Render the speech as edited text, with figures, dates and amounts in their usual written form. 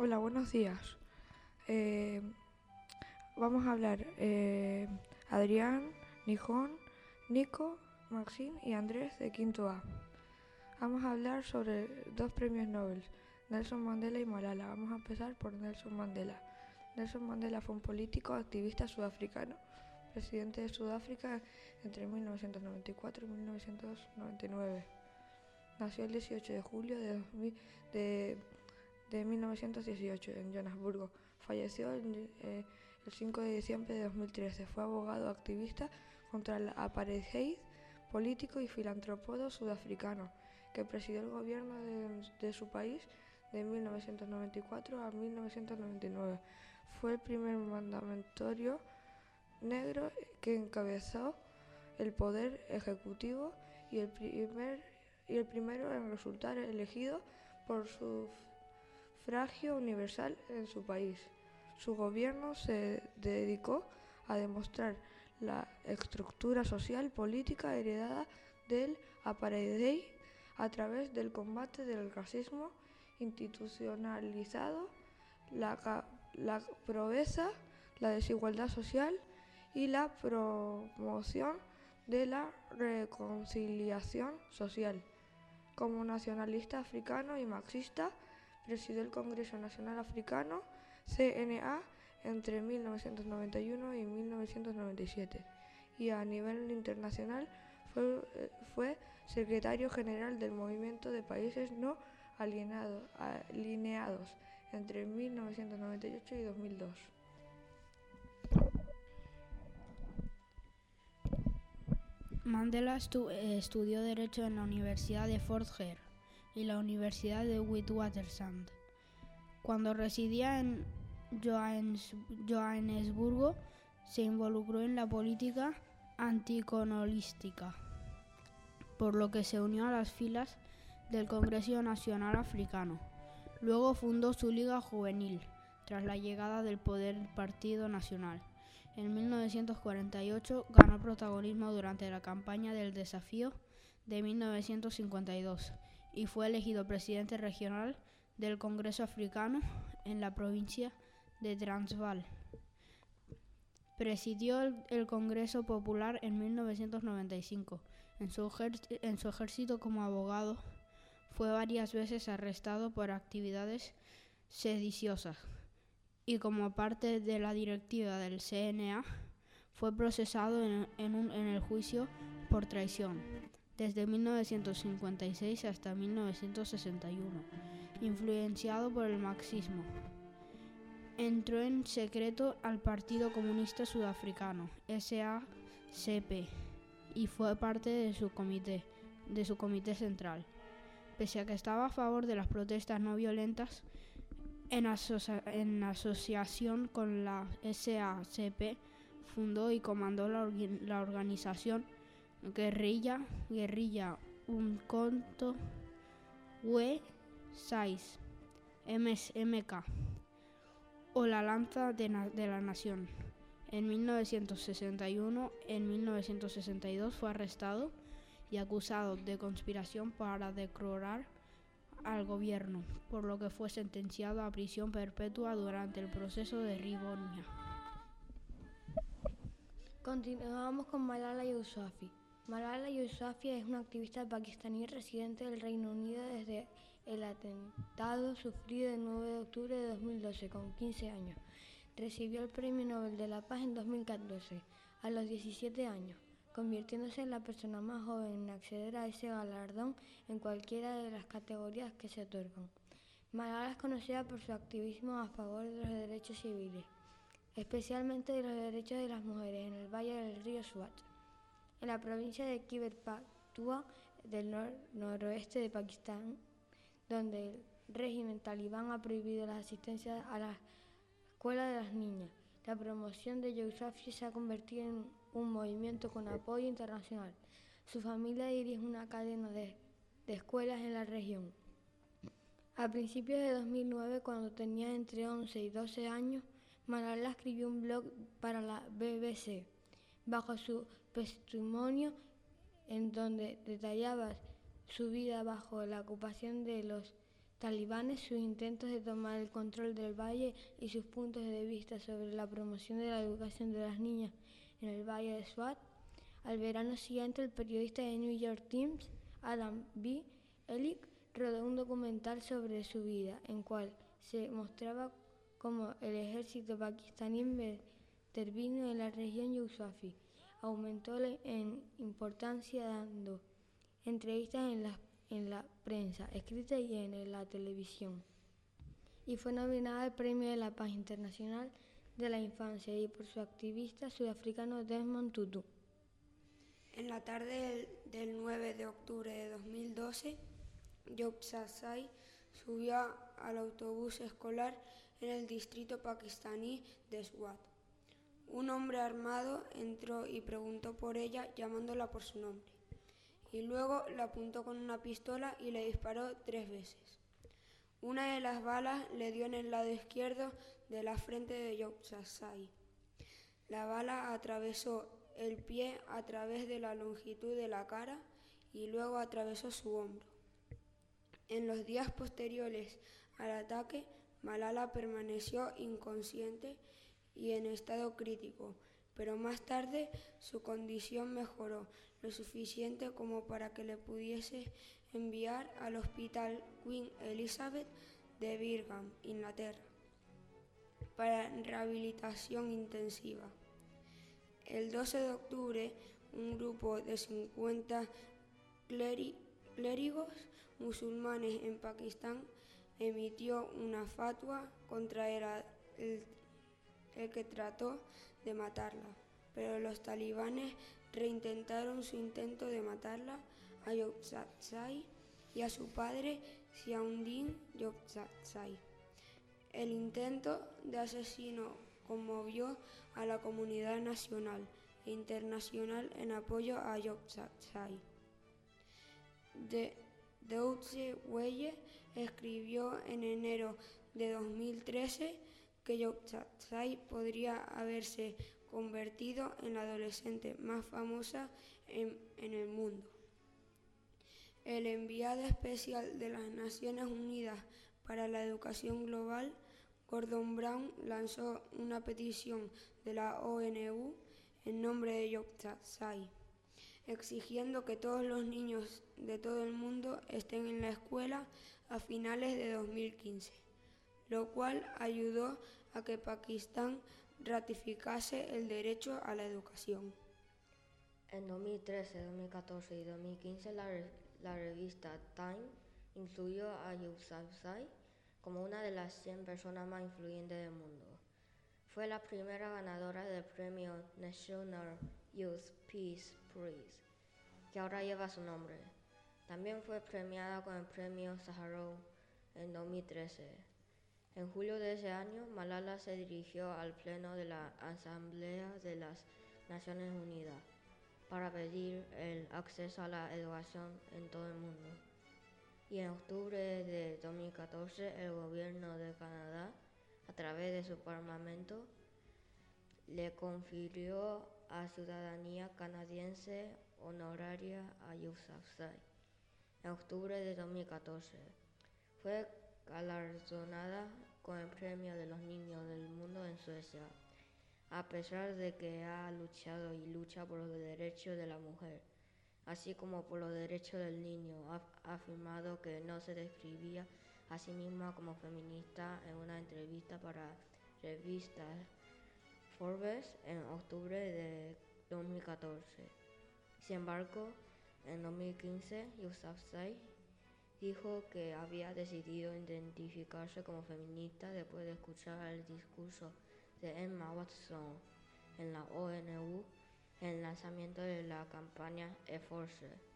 Hola, buenos días. Eh, Vamos a hablar Adrián, Nijón, Nico, Maxine y Andrés de quinto A. Vamos a hablar sobre dos premios Nobel, Nelson Mandela y Malala. Vamos a empezar por Nelson Mandela. Nelson Mandela fue un político activista sudafricano, presidente de Sudáfrica entre 1994 y 1999. Nació el 18 de julio de 1918 en Johannesburgo. Falleció el 5 de diciembre de 2013. Fue abogado activista contra el apartheid, político y filántropo sudafricano, que presidió el gobierno de su país de 1994 a 1999. Fue el primer mandatario negro que encabezó el poder ejecutivo y el primero en resultar elegido por sufragio universal en su país. Su gobierno se dedicó a demostrar la estructura social política heredada del apartheid a través del combate del racismo institucionalizado, la pobreza, la desigualdad social y la promoción de la reconciliación social. Como nacionalista africano y marxista, presidió el Congreso Nacional Africano, CNA, entre 1991 y 1997, y a nivel internacional fue secretario general del Movimiento de Países No Alineados entre 1998 y 2002. Mandela estudió Derecho en la Universidad de Fort Hare y la Universidad de Witwatersrand. Cuando residía en Johannesburgo, se involucró en la política anticolonialista, por lo que se unió a las filas del Congreso Nacional Africano. Luego fundó su Liga Juvenil, tras la llegada del poder del Partido Nacional. En 1948 ganó protagonismo durante la campaña del desafío de 1952 y fue elegido presidente regional del Congreso Africano en la provincia de Transvaal. Presidió el Congreso Popular en 1995. En su ejercicio como abogado, fue varias veces arrestado por actividades sediciosas y como parte de la directiva del CNA fue procesado en el juicio por traición desde 1956 hasta 1961, influenciado por el marxismo. Entró en secreto al Partido Comunista Sudafricano, SACP, y fue parte de su comité central. Pese a que estaba a favor de las protestas no violentas, en asociación con la SACP, fundó y comandó la organización guerrilla Umkhonto we Sizwe MK, o la Lanza de la Nación. En 1961, en 1962 fue arrestado y acusado de conspiración para derrocar al gobierno, por lo que fue sentenciado a prisión perpetua durante el proceso de Rivonia. Continuamos con Malala Yousafzai. Malala Yousafzai es una activista pakistaní residente del Reino Unido desde el atentado sufrido el 9 de octubre de 2012 con 15 años. Recibió el Premio Nobel de la Paz en 2014, a los 17 años, convirtiéndose en la persona más joven en acceder a ese galardón en cualquiera de las categorías que se otorgan. Malala es conocida por su activismo a favor de los derechos civiles, especialmente de los derechos de las mujeres en el valle del río Swat, en la provincia de Khyber Pakhtunkhwa del noroeste de Pakistán, donde el régimen talibán ha prohibido la asistencia a la escuela de las niñas. La promoción de Yousafzai se ha convertido en un movimiento con apoyo internacional. Su familia dirige una cadena de escuelas en la región. A principios de 2009, cuando tenía entre 11 y 12 años, Malala escribió un blog para la BBC, bajo su testimonio, en donde detallaba su vida bajo la ocupación de los talibanes, sus intentos de tomar el control del valle y sus puntos de vista sobre la promoción de la educación de las niñas en el valle de Swat. Al verano siguiente, el periodista de New York Times, Adam B. Ellick, rodó un documental sobre su vida, en cual se mostraba cómo el ejército pakistaní intervino en la región Yusufzai, aumentó en importancia dando entrevistas en la prensa escrita y en la televisión, y fue nominada al Premio de la Paz Internacional de la Infancia y por su activista sudafricano Desmond Tutu. En la tarde del 9 de octubre de 2012, Yousafzai subió al autobús escolar en el distrito pakistaní de Swat. Un hombre armado entró y preguntó por ella llamándola por su nombre, y luego la apuntó con una pistola y le disparó 3 veces. Una de las balas le dio en el lado izquierdo de la frente de Yousafzai. La bala atravesó el pie a través de la longitud de la cara y luego atravesó su hombro. En los días posteriores al ataque, Malala permaneció inconsciente y en estado crítico, pero más tarde su condición mejoró lo suficiente como para que le pudiese enviar al Hospital Queen Elizabeth de Birmingham, Inglaterra, para rehabilitación intensiva. El 12 de octubre, un grupo de 50 clérigos musulmanes en Pakistán emitió una fatwa contra el que trató de matarla, pero los talibanes reintentaron su intento de matarla a Yousafzai y a su padre Ziauddin Yousafzai. El intento de asesino conmovió a la comunidad nacional e internacional en apoyo a Yousafzai. Deutsche Welle escribió en enero de 2013 que Yousafzai podría haberse convertido en la adolescente más famosa en el mundo. El enviado especial de las Naciones Unidas para la Educación Global, Gordon Brown, lanzó una petición de la ONU en nombre de Yousafzai, exigiendo que todos los niños de todo el mundo estén en la escuela a finales de 2015, lo cual ayudó a que Pakistán ratificase el derecho a la educación. En 2013, 2014 y 2015, la revista Time incluyó a Yousafzai como una de las 100 personas más influyentes del mundo. Fue la primera ganadora del premio National Youth Peace Prize, que ahora lleva su nombre. También fue premiada con el premio Sájarov en 2013. En julio de ese año, Malala se dirigió al Pleno de la Asamblea de las Naciones Unidas para pedir el acceso a la educación en todo el mundo. Y en octubre de 2014, el gobierno de Canadá, a través de su parlamento, le confirió a ciudadanía canadiense honoraria a Yousafzai. En octubre de 2014, fue galardonada con el Premio de los Niños del Mundo en Suecia, a pesar de que ha luchado y lucha por los derechos de la mujer, así como por los derechos del niño. Ha afirmado que no se describía a sí misma como feminista en una entrevista para revista Forbes en octubre de 2014. Sin embargo, en 2015, Yousafzai dijo que había decidido identificarse como feminista después de escuchar el discurso de Emma Watson en la ONU en el lanzamiento de la campaña E-Force.